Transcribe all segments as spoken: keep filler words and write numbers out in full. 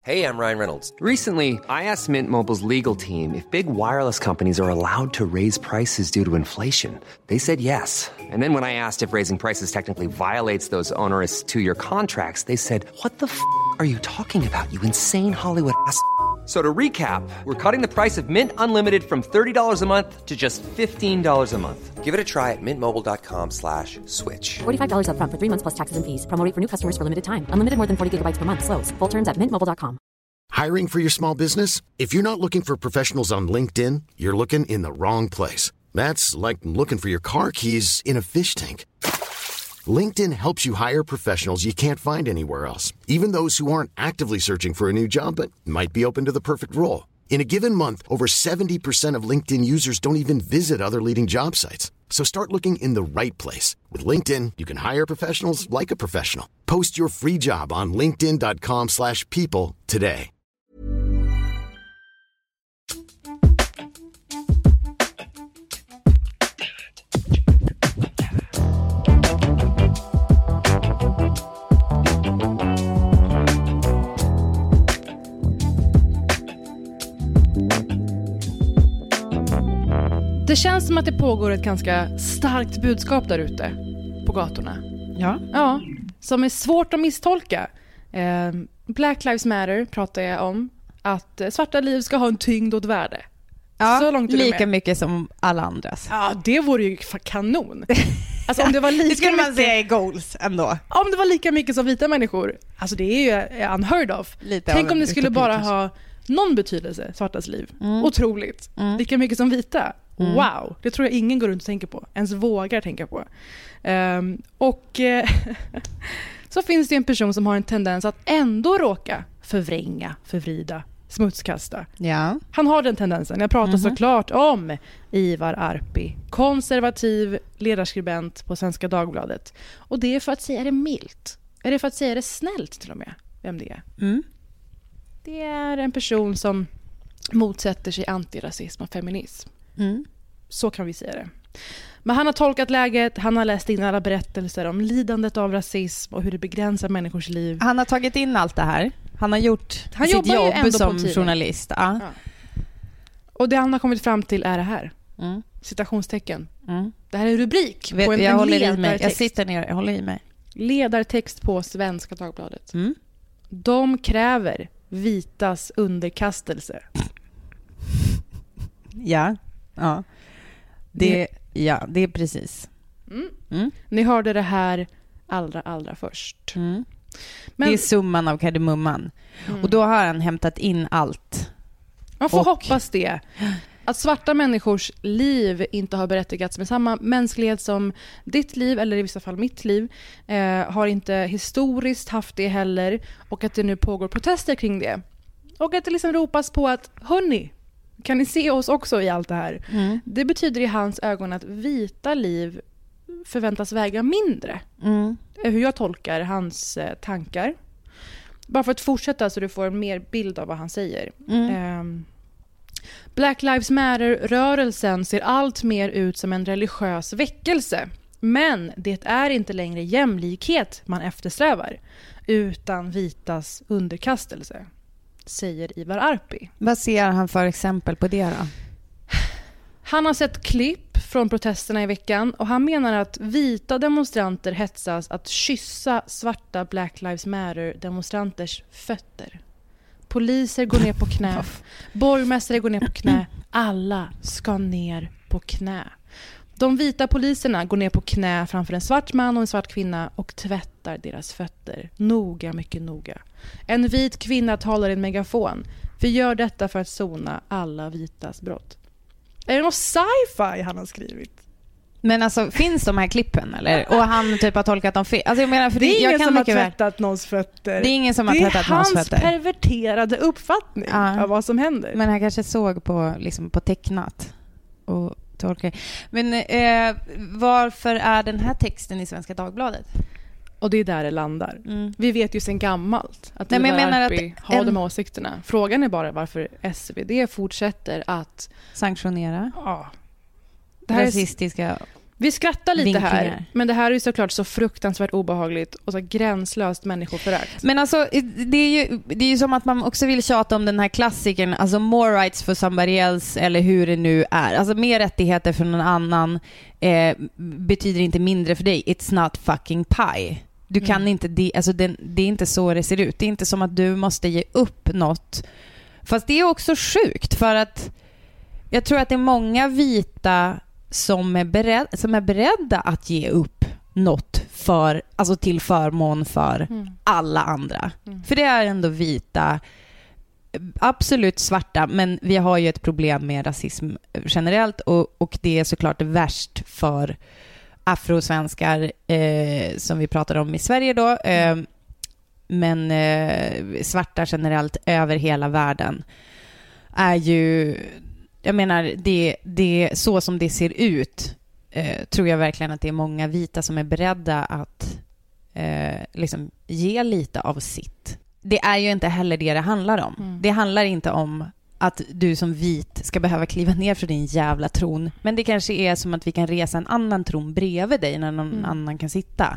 Hey, I'm Ryan Reynolds. Recently, I asked Mint Mobile's legal team if big wireless companies are allowed to raise prices due to inflation. They said yes. And then when I asked if raising prices technically violates those onerous two-year contracts, they said, "What the f*** are you talking about, you insane Hollywood ass?" So to recap, we're cutting the price of Mint Unlimited from thirty dollars a month to just fifteen dollars a month. Give it a try at mintmobile.com slash switch. forty-five dollars up front for three months plus taxes and fees. Promo rate for new customers for limited time. Unlimited more than forty gigabytes per month. Slows full terms at mint mobile dot com. Hiring for your small business? If you're not looking for professionals on LinkedIn, you're looking in the wrong place. That's like looking for your car keys in a fish tank. LinkedIn helps you hire professionals you can't find anywhere else, even those who aren't actively searching for a new job but might be open to the perfect role. In a given month, over seventy percent of LinkedIn users don't even visit other leading job sites. So start looking in the right place. With LinkedIn, you can hire professionals like a professional. Post your free job on linkedin dot com slash people today. Det känns som att det pågår ett ganska starkt budskap där ute på gatorna. Ja. Ja, som är svårt att misstolka. Eh, Black Lives Matter pratar jag om. Att eh, svarta liv ska ha en tyngd och ett värde. Ja, så långt är du lika med. mycket som alla andras. Ja, det vore ju kanon. Alltså om det var lika det skulle man mycket, säga i goals ändå. Om det var lika mycket som vita människor. Alltså det är ju unheard of. Lite Tänk av om det en skulle utopi, bara kanske. ha någon betydelse, svartas liv. Mm. Otroligt. Mm. Lika mycket som vita. Mm. Wow, det tror jag ingen går runt och tänker på. Ens vågar tänka på. Um, och eh, så finns det en person som har en tendens att ändå råka förvränga, förvrida, smutskasta. Ja. Han har den tendensen. Jag pratar Mm-hmm. såklart om Ivar Arpi, konservativ ledarskribent på Svenska Dagbladet. Och det är för att säga det milt. Är det för att säga det snällt till och med? Vem det är? Mm. Det är en person som motsätter sig antirasism och feminism. Mm. Så kan vi säga det. Men han har tolkat läget, han har läst in alla berättelser om lidandet av rasism och hur det begränsar människors liv. Han har tagit in allt det här. Han har gjort Han sitt jobbar ju ändå jobb på som tidning. journalist. Ja. Ja. Och det han har kommit fram till är det här. Mm. Citationstecken. Mm. Det här är en rubrik Vet, på en, jag en håller i mig. Jag ledartext. sitter ner, jag håller i mig. Ledartext på Svenska Dagbladet. Mm. De kräver vitas underkastelse. Ja. Ja. Det, ja, det är precis. Mm. Mm. Ni hörde det här allra, allra först. Mm. Men Det är summan av kardemumman. Mm. Och då har han hämtat in allt. man får och- hoppas det. Att svarta människors liv inte har berättigats med samma mänsklighet som ditt liv, eller i vissa fall mitt liv, eh, har inte historiskt haft det heller. Och att det nu pågår protester kring det. Och att det liksom ropas på att, hörni, kan ni se oss också i allt det här? Mm. Det betyder i hans ögon att vita liv förväntas väga mindre. Mm. Det är hur jag tolkar hans eh, tankar. Bara för att fortsätta så du får en mer bild av vad han säger. Mm. Ehm, Black Lives Matter-rörelsen ser allt mer ut som en religiös väckelse. Men det är inte längre jämlikhet man eftersträvar, utan vitas underkastelse, säger Ivar Arpi. Vad ser han för exempel på det då? Han har sett klipp från protesterna i veckan och han menar att vita demonstranter hetsas att kyssa svarta Black Lives Matter-demonstranters fötter. Poliser går ner på knä, borgmästare går ner på knä, alla ska ner på knä. De vita poliserna går ner på knä framför en svart man och en svart kvinna och tvättar deras fötter. Noga, mycket noga. En vit kvinna talar i en megafon. Vi gör detta för att sona alla vitas brott. Är det något sci-fi han har skrivit? Men alltså, finns de här klippen eller? Och han typ har tolkat dem fel. Alltså jag menar, för Det är ingen jag kan som har mycket väl- tvättat någons fötter. Det är ingen som har tvättat någons Det är hans fötter. perverterade uppfattning Ja. av vad som händer. Men han kanske såg på, liksom, på tecknat och tolkar. Men eh, varför är den här texten i Svenska Dagbladet? Och det är där det landar. Mm. Vi vet ju sedan gammalt att Nej, men jag Ivar menar Arpi att har en- de åsikterna. Frågan är bara varför S V D fortsätter att... Sanktionera Ja, det här är, rasistiska det här Vi skrattar lite vinklingar. här, men det här är ju såklart så fruktansvärt obehagligt och så gränslöst människoförakt. Men alltså, det är ju, det är ju som att man också vill tjata om den här klassikern, alltså more rights for somebody else, eller hur det nu är. Alltså mer rättigheter för någon annan eh, betyder inte mindre för dig. It's not fucking pie. Du kan mm. inte, det, alltså det, det är inte så det ser ut. Det är inte som att du måste ge upp något. Fast det är också sjukt, för att jag tror att det är många vita som är, bered, som är beredda att ge upp något för, alltså till förmån för mm. alla andra. Mm. För det är ändå vita, absolut svarta, men vi har ju ett problem med rasism generellt, och, och det är såklart värst för afrosvenskar eh, som vi pratade om i Sverige då, eh, men eh, svarta generellt över hela världen är ju, jag menar, det, det så som det ser ut eh, tror jag verkligen att det är många vita som är beredda att eh, liksom ge lite av sitt. Det är ju inte heller det det handlar om. Mm. Det handlar inte om att du som vit ska behöva kliva ner för din jävla tron. Men det kanske är som att vi kan resa en annan tron bredvid dig när någon mm. annan kan sitta.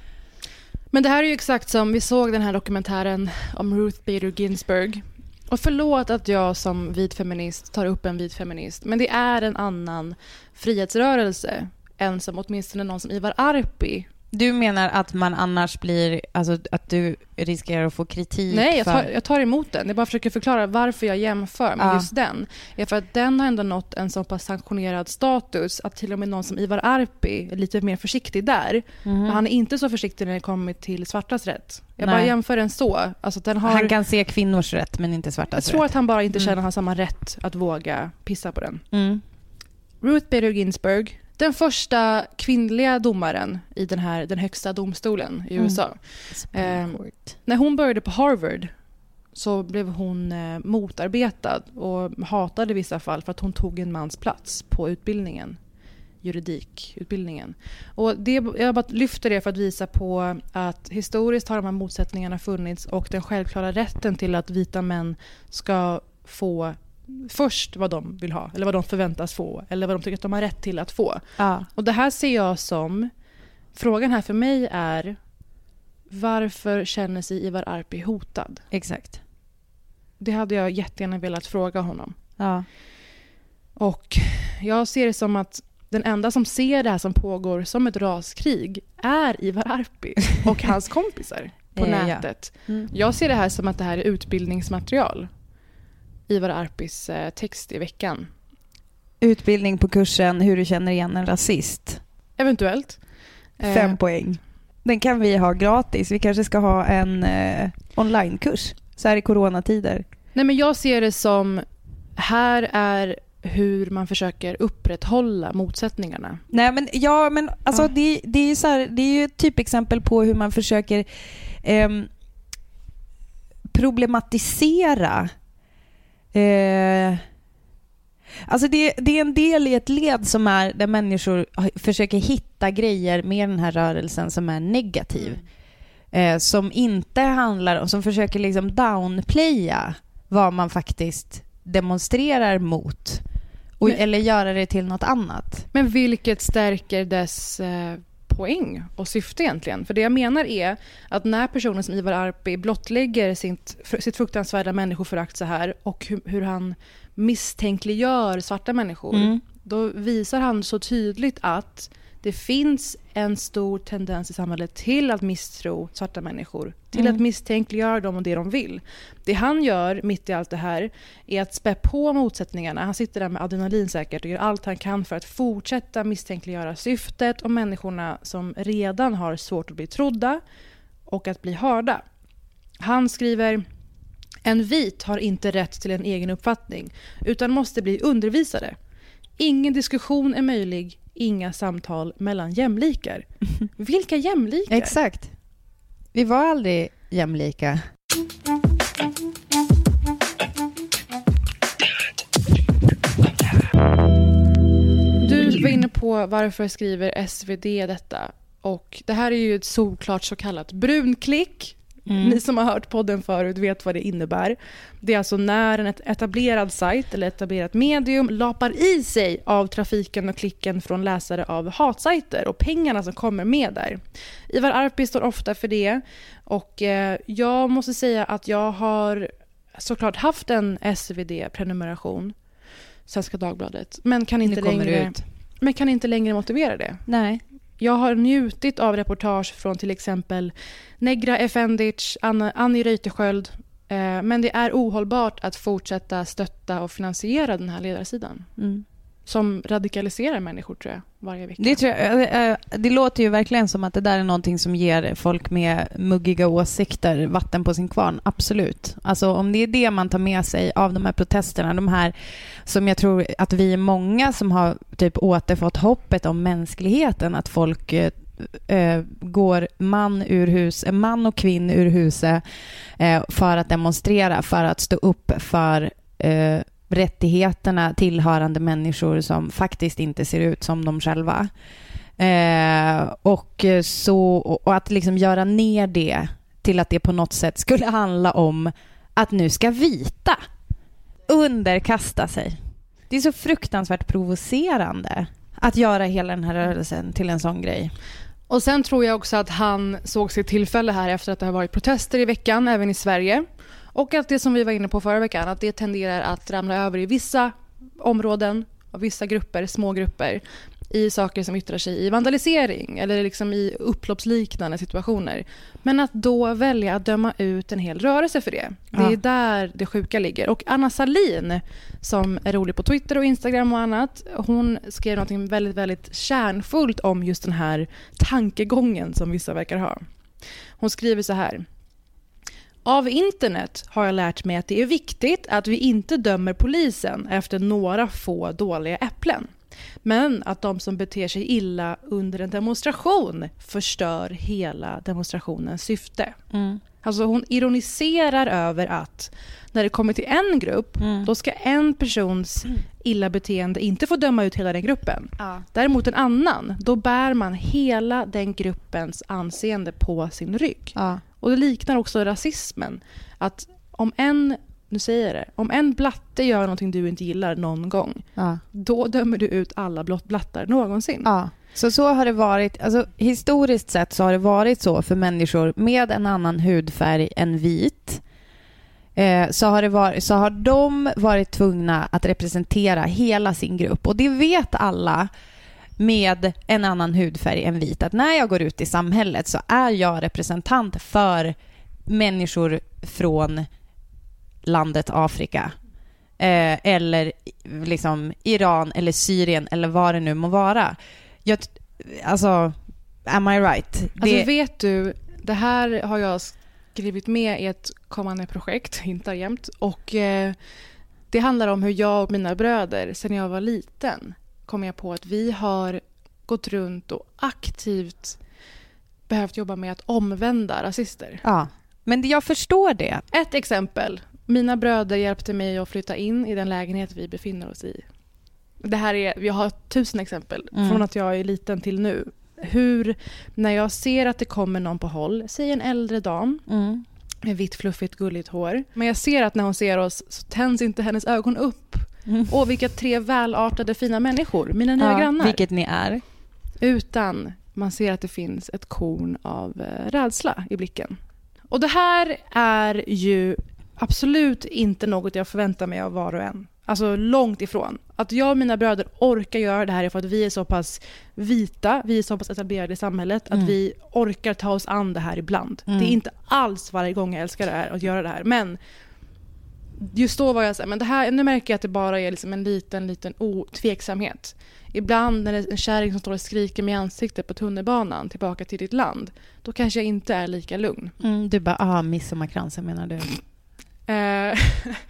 Men det här är ju exakt som vi såg den här dokumentären om Ruth Bader Ginsburg. Och förlåt att jag som vit feminist tar upp en vit feminist, men det är en annan frihetsrörelse än som åtminstone någon som Ivar Arpi. Du menar att man annars blir, alltså att du riskerar att få kritik? Nej, jag tar, för... jag tar emot den. Jag bara försöker förklara varför jag jämför med ja. just den. Är för att den har ändå nått en så pass sanktionerad status att till och med någon som Ivar Arpi är lite mer försiktig där. Mm. Men han är inte så försiktig när det kommer till svartas rätt. Jag Nej. bara jämför den så. Alltså, den har... Han kan se kvinnors rätt men inte svartas rätt. Jag tror rätt. att han bara inte känner mm. han samma rätt att våga pissa på den. Mm. Ruth Bader Ginsburg, den första kvinnliga domaren i den här den högsta domstolen i U S A. Mm. Eh, när hon började på Harvard så blev hon eh, motarbetad och hatade i vissa fall för att hon tog en mans plats på utbildningen, juridikutbildningen. Och det, jag bara lyfter det för att visa på att historiskt har de här motsättningarna funnits, och den självklara rätten till att vita män ska få först vad de vill ha, eller vad de förväntas få, eller vad de tycker att de har rätt till att få. Ja. Och det här ser jag som, frågan här för mig är, varför känner sig Ivar Arpi hotad? Exakt. Det hade jag jättegärna velat fråga honom. Ja. Och jag ser det som att den enda som ser det här som pågår som ett raskrig är Ivar Arpi och hans kompisar på ja, nätet. Ja. Mm. Jag ser det här som att det här är utbildningsmaterial. Ivar Arpis eh, text i veckan. Utbildning på kursen hur du känner igen en rasist. Eventuellt. Fem eh, poäng. Den kan vi ha gratis. Vi kanske ska ha en eh, onlinekurs så här i coronatider. Nej, men jag ser det som, här är hur man försöker upprätthålla motsättningarna. Nej, men ja, men alltså ja. det, det är ju så här, det är ju ett typexempel på hur man försöker eh, problematisera. Eh, alltså det, det är en del i ett led som är där människor försöker hitta grejer med den här rörelsen som är negativ. Eh, som inte handlar om, som försöker liksom downplaya vad man faktiskt demonstrerar mot. Och, men, eller göra det till något annat. Men vilket stärker dess eh, poäng och syfte egentligen? För det jag menar är att när personen som Ivar Arpi blottlägger sitt, sitt fruktansvärda människoförakt så här, och hur, hur han misstänkliggör svarta människor, mm. då visar han så tydligt att det finns en stor tendens i samhället till att misstro svarta människor. Till mm. att misstänkliggöra dem och det de vill. Det han gör mitt i allt det här är att spä på motsättningarna. Han sitter där med adrenalin säkert och gör allt han kan för att fortsätta misstänkliggöra syftet och människorna som redan har svårt att bli trodda och att bli hörda. Han skriver: en vit har inte rätt till en egen uppfattning utan måste bli undervisade. Ingen diskussion är möjlig, inga samtal mellan jämlikar. Vilka jämlikar? Exakt. Vi var aldrig jämlika. Du var inne på varför skriver S V D detta. Och det här är ju ett solklart så kallat brunklick. Mm. Ni som har hört podden förut vet vad det innebär. Det är alltså när en etablerad sajt eller etablerat medium lapar i sig av trafiken och klicken från läsare av hatsajter och pengarna som kommer med där. Ivar Arpi står ofta för det, och eh, jag måste säga att jag har såklart haft en S V D-prenumeration, Svenska Dagbladet, men kan inte längre ut. men kan inte längre motivera det. Nej. Jag har njutit av reportage från till exempel Negra Efendic, Anna, Annie Reuterskiöld, eh, men det är ohållbart att fortsätta stötta och finansiera den här ledarsidan. Mm. Som radikaliserar människor, tror jag, varje vecka. Det, tror jag, det låter ju verkligen som att det där är någonting som ger folk med muggiga åsikter vatten på sin kvarn. Absolut. Alltså om det är det man tar med sig av de här protesterna, de här som jag tror att vi är många som har typ återfått hoppet om mänskligheten, att folk äh, går man ur hus, man och kvinna ur huset äh, för att demonstrera, för att stå upp för äh, rättigheterna tillhörande människor som faktiskt inte ser ut som de själva. Eh, och, så, och att liksom göra ner det till att det på något sätt skulle handla om att nu ska vita underkasta sig. Det är så fruktansvärt provocerande att göra hela den här rörelsen till en sån grej. Och sen tror jag också att han såg sig tillfälle här efter att det har varit protester i veckan, även i Sverige. Och att det som vi var inne på förra veckan, att det tenderar att ramla över i vissa områden och vissa grupper, små grupper, i saker som yttrar sig i vandalisering eller liksom i upploppsliknande situationer. Men att då välja att döma ut en hel rörelse för det. Det är ja. där det sjuka ligger. Och Anna Salin, som är rolig på Twitter och Instagram och annat, hon skrev något väldigt, väldigt kärnfullt om just den här tankegången som vissa verkar ha. Hon skriver så här: av internet har jag lärt mig att det är viktigt att vi inte dömer polisen efter några få dåliga äpplen. Men att de som beter sig illa under en demonstration förstör hela demonstrationens syfte. Mm. Alltså hon ironiserar över att när det kommer till en grupp, mm. då ska en persons illa beteende inte få döma ut hela den gruppen. Ja. Däremot en annan, då bär man hela den gruppens anseende på sin rygg. Ja. Och det liknar också rasismen. Att om en, nu säger jag det, om en blatte gör någonting du inte gillar någon gång, ja. då dömer du ut alla blott blattar någonsin. Ja. Så så har det varit, alltså historiskt sett så har det varit så för människor med en annan hudfärg än vit. Eh, så, har det varit, så har de varit tvungna att representera hela sin grupp. Och det vet alla med en annan hudfärg än vit, att när jag går ut i samhället så är jag representant för människor från landet Afrika eh, eller liksom Iran eller Syrien eller vad det nu må vara. Jag, alltså, am I right? Det... Alltså vet du, det här har jag skrivit med i ett kommande projekt, hintar jämt, och eh, det handlar om hur jag och mina bröder sedan jag var liten kom jag på att vi har gått runt och aktivt behövt jobba med att omvända rasister. Ja, men jag förstår det. Ett exempel. Mina bröder hjälpte mig att flytta in i den lägenhet vi befinner oss i. Det här är, vi har tusen exempel mm. från att jag är liten till nu. Hur, när jag ser att det kommer någon på håll, säg en äldre dam mm. med vitt, fluffigt, gulligt hår. Men jag ser att när hon ser oss så tänds inte hennes ögon upp. Mm. Och vilka tre välartade fina människor, mina nya ja, grannar. Vilket ni är. Utan man ser att det finns ett korn av eh, rädsla i blicken. Och det här är ju absolut inte något jag förväntar mig av var och en. Alltså långt ifrån. Att jag och mina bröder orkar göra det här är för att vi är så pass vita, vi är så pass etablerade i samhället mm. att vi orkar ta oss an det här ibland. Mm. Det är inte alls varje gång jag älskar det här att göra det här. Men just då var jag så här, men det här, nu märker jag att det bara är liksom en liten, liten otveksamhet. Ibland när det är en kärring som står och skriker med ansiktet på tunnelbanan tillbaka till ditt land, då kanske jag inte är lika lugn. Mm, du bara, ah, midsommarkransen menar du? Eh,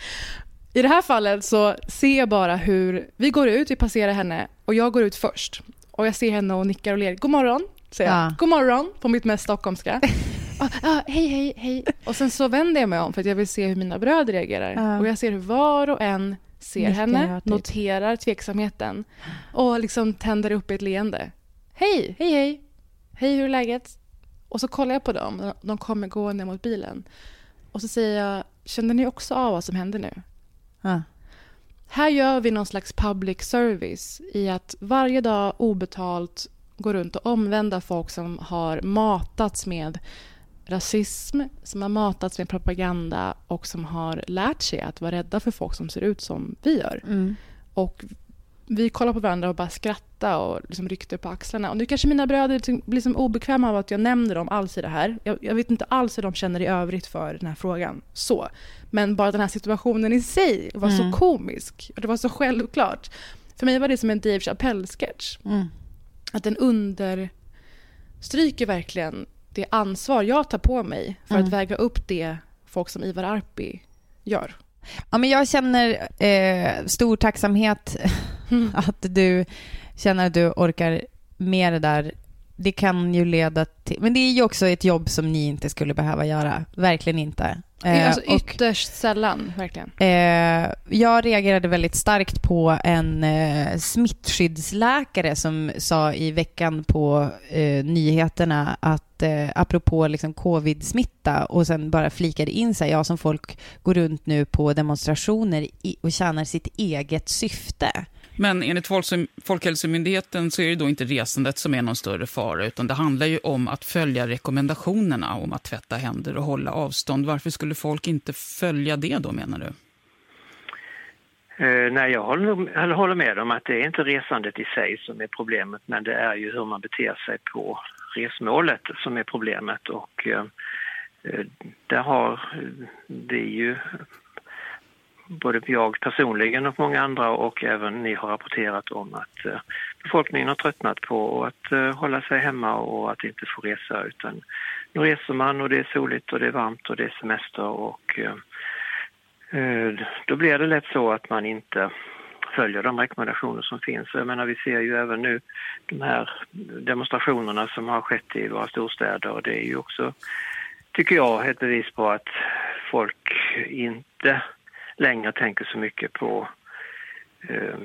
I det här fallet så ser jag bara hur vi går ut, vi passerar henne och jag går ut först. Och jag ser hhenne och nickar och ler. God morgon, säger jag. Ja. God morgon på mitt mest stockholmska. ah, ah, hej, hej, hej. Och sen så vänder jag mig om för att jag vill se hur mina bröder reagerar. Ja. Och jag ser hur var och en ser nickar henne, noterar tveksamheten och liksom tänder upp ett leende. Hej, hej, hej. Hej, hur är läget? Och så kollar jag på dem. De kommer gående mot bilen. Och så säger jag, känner ni också av vad som händer nu? Ja. Här gör vi någon slags public service i att varje dag obetalt gå runt och omvända folk som har matats med rasism, som har matats med propaganda och som har lärt sig att vara rädda för folk som ser ut som vi gör. Mm. Och vi kollar på varandra och bara skrattar och liksom ryckte på axlarna. Och nu kanske mina bröder blir liksom obekväma av att jag nämner dem alls i det här. Jag, jag vet inte alls hur de känner i övrigt för den här frågan. Så. Men bara den här situationen i sig var mm. så komisk. Och det var så självklart. För mig var det som en Dave Chappelle-sketch. Mm. Att den understryker verkligen det ansvar jag tar på mig för mm. att väga upp det folk som Ivar Arpi gör. Ja, men jag känner eh, stor tacksamhet mm. att du känner att du orkar med det där. Det kan ju leda till... Men det är ju också ett jobb som ni inte skulle behöva göra. Verkligen inte. Eh, alltså ytterst och, sällan, verkligen. Eh, jag reagerade väldigt starkt på en eh, smittskyddsläkare som sa i veckan på eh, nyheterna att eh, apropå liksom covid-smitta och sen bara flikade in sig, ja, som folk går runt nu på demonstrationer i, och tjänar sitt eget syfte. Men enligt Folkhälsomyndigheten så är det då inte resandet som är någon större fara, utan det handlar ju om att följa rekommendationerna om att tvätta händer och hålla avstånd. Varför skulle folk inte följa det då, menar du? Uh, nej, jag håller, jag håller med om att det är inte resandet i sig som är problemet, men det är ju hur man beter sig på resmålet som är problemet. Och uh, där har vi ju... både jag personligen och många andra och även ni har rapporterat om att uh, befolkningen har tröttnat på att uh, hålla sig hemma och att inte få resa, utan nu reser man och det är soligt och det är varmt och det är semester och uh, uh, då blir det lätt så att man inte följer de rekommendationer som finns. Jag menar, vi ser ju även nu de här demonstrationerna som har skett i våra storstäder, och det är ju också, tycker jag, ett bevis på att folk inte längre tänker så mycket på eh,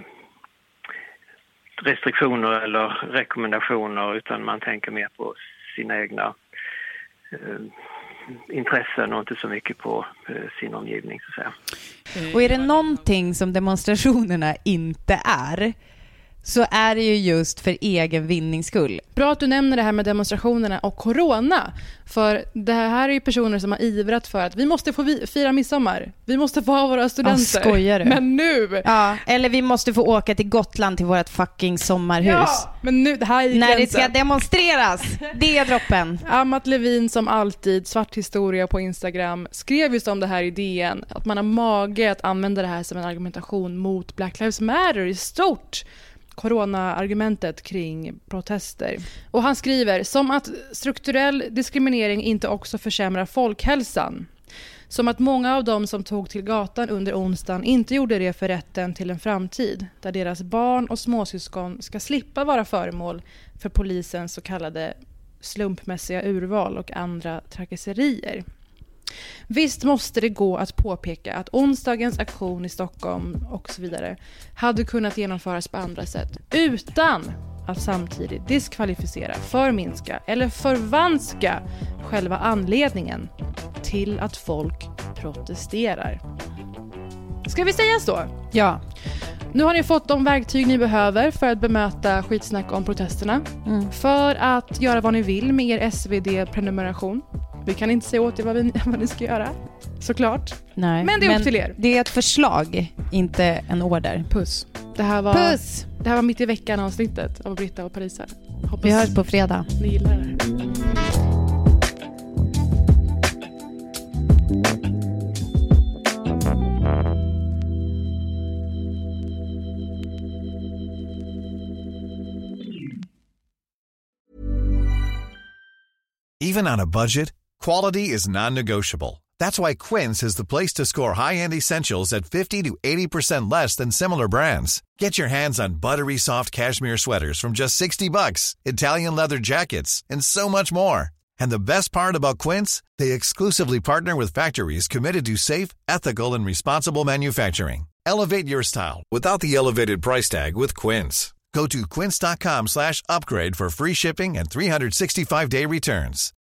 restriktioner eller rekommendationer, utan man tänker mer på sina egna eh, intressen och inte så mycket på eh, sin omgivning, så att säga. Och är det någonting som demonstrationerna inte är, så är det ju just för egen vinnings skull. Bra att du nämner det här med demonstrationerna och corona. För det här är ju personer som har ivrat för att vi måste få fira midsommar. Vi måste få ha våra studenter. Ja, skojar du? Men nu! Ja, eller vi måste få åka till Gotland till vårt fucking sommarhus. Ja, men nu, det här är när gränsen. Det ska demonstreras. Det är droppen. Amat Levin, som alltid, svart historia på Instagram, skrev just om det här i D N. Att man har mage att använda det här som en argumentation mot Black Lives Matter i stort. Corona-argumentet kring protester. Och han skriver, som att strukturell diskriminering inte också försämrar folkhälsan. Som att många av dem som tog till gatan under onsdagen inte gjorde det för rätten till en framtid där deras barn och småsyskon ska slippa vara föremål för polisens så kallade slumpmässiga urval och andra trakasserier. Visst måste det gå att påpeka att onsdagens aktion i Stockholm och så vidare hade kunnat genomföras på andra sätt utan att samtidigt diskvalificera, förminska eller förvanska själva anledningen till att folk protesterar. Ska vi säga så? Ja. Nu har ni fått de verktyg ni behöver för att bemöta skitsnack om protesterna. Mm. För att göra vad ni vill med er S V D-prenumeration. Vi kan inte säga åt er vad, vi, vad ni ska göra, såklart. Nej, men det är men upp till er. Det är ett förslag, inte en order. Puss. Det här var, Puss! Det här var mitt i veckan avsnittet av Britta och Parisa. Hoppas vi hörs på fredag. Ni gillar det. Even on a budget, quality is non-negotiable. That's why Quince is the place to score high-end essentials at fifty to eighty percent less than similar brands. Get your hands on buttery soft cashmere sweaters from just sixty bucks, Italian leather jackets, and so much more. And the best part about Quince, they exclusively partner with factories committed to safe, ethical, and responsible manufacturing. Elevate your style without the elevated price tag with Quince. Go to quince dot com slash upgrade for free shipping and three sixty-five day returns.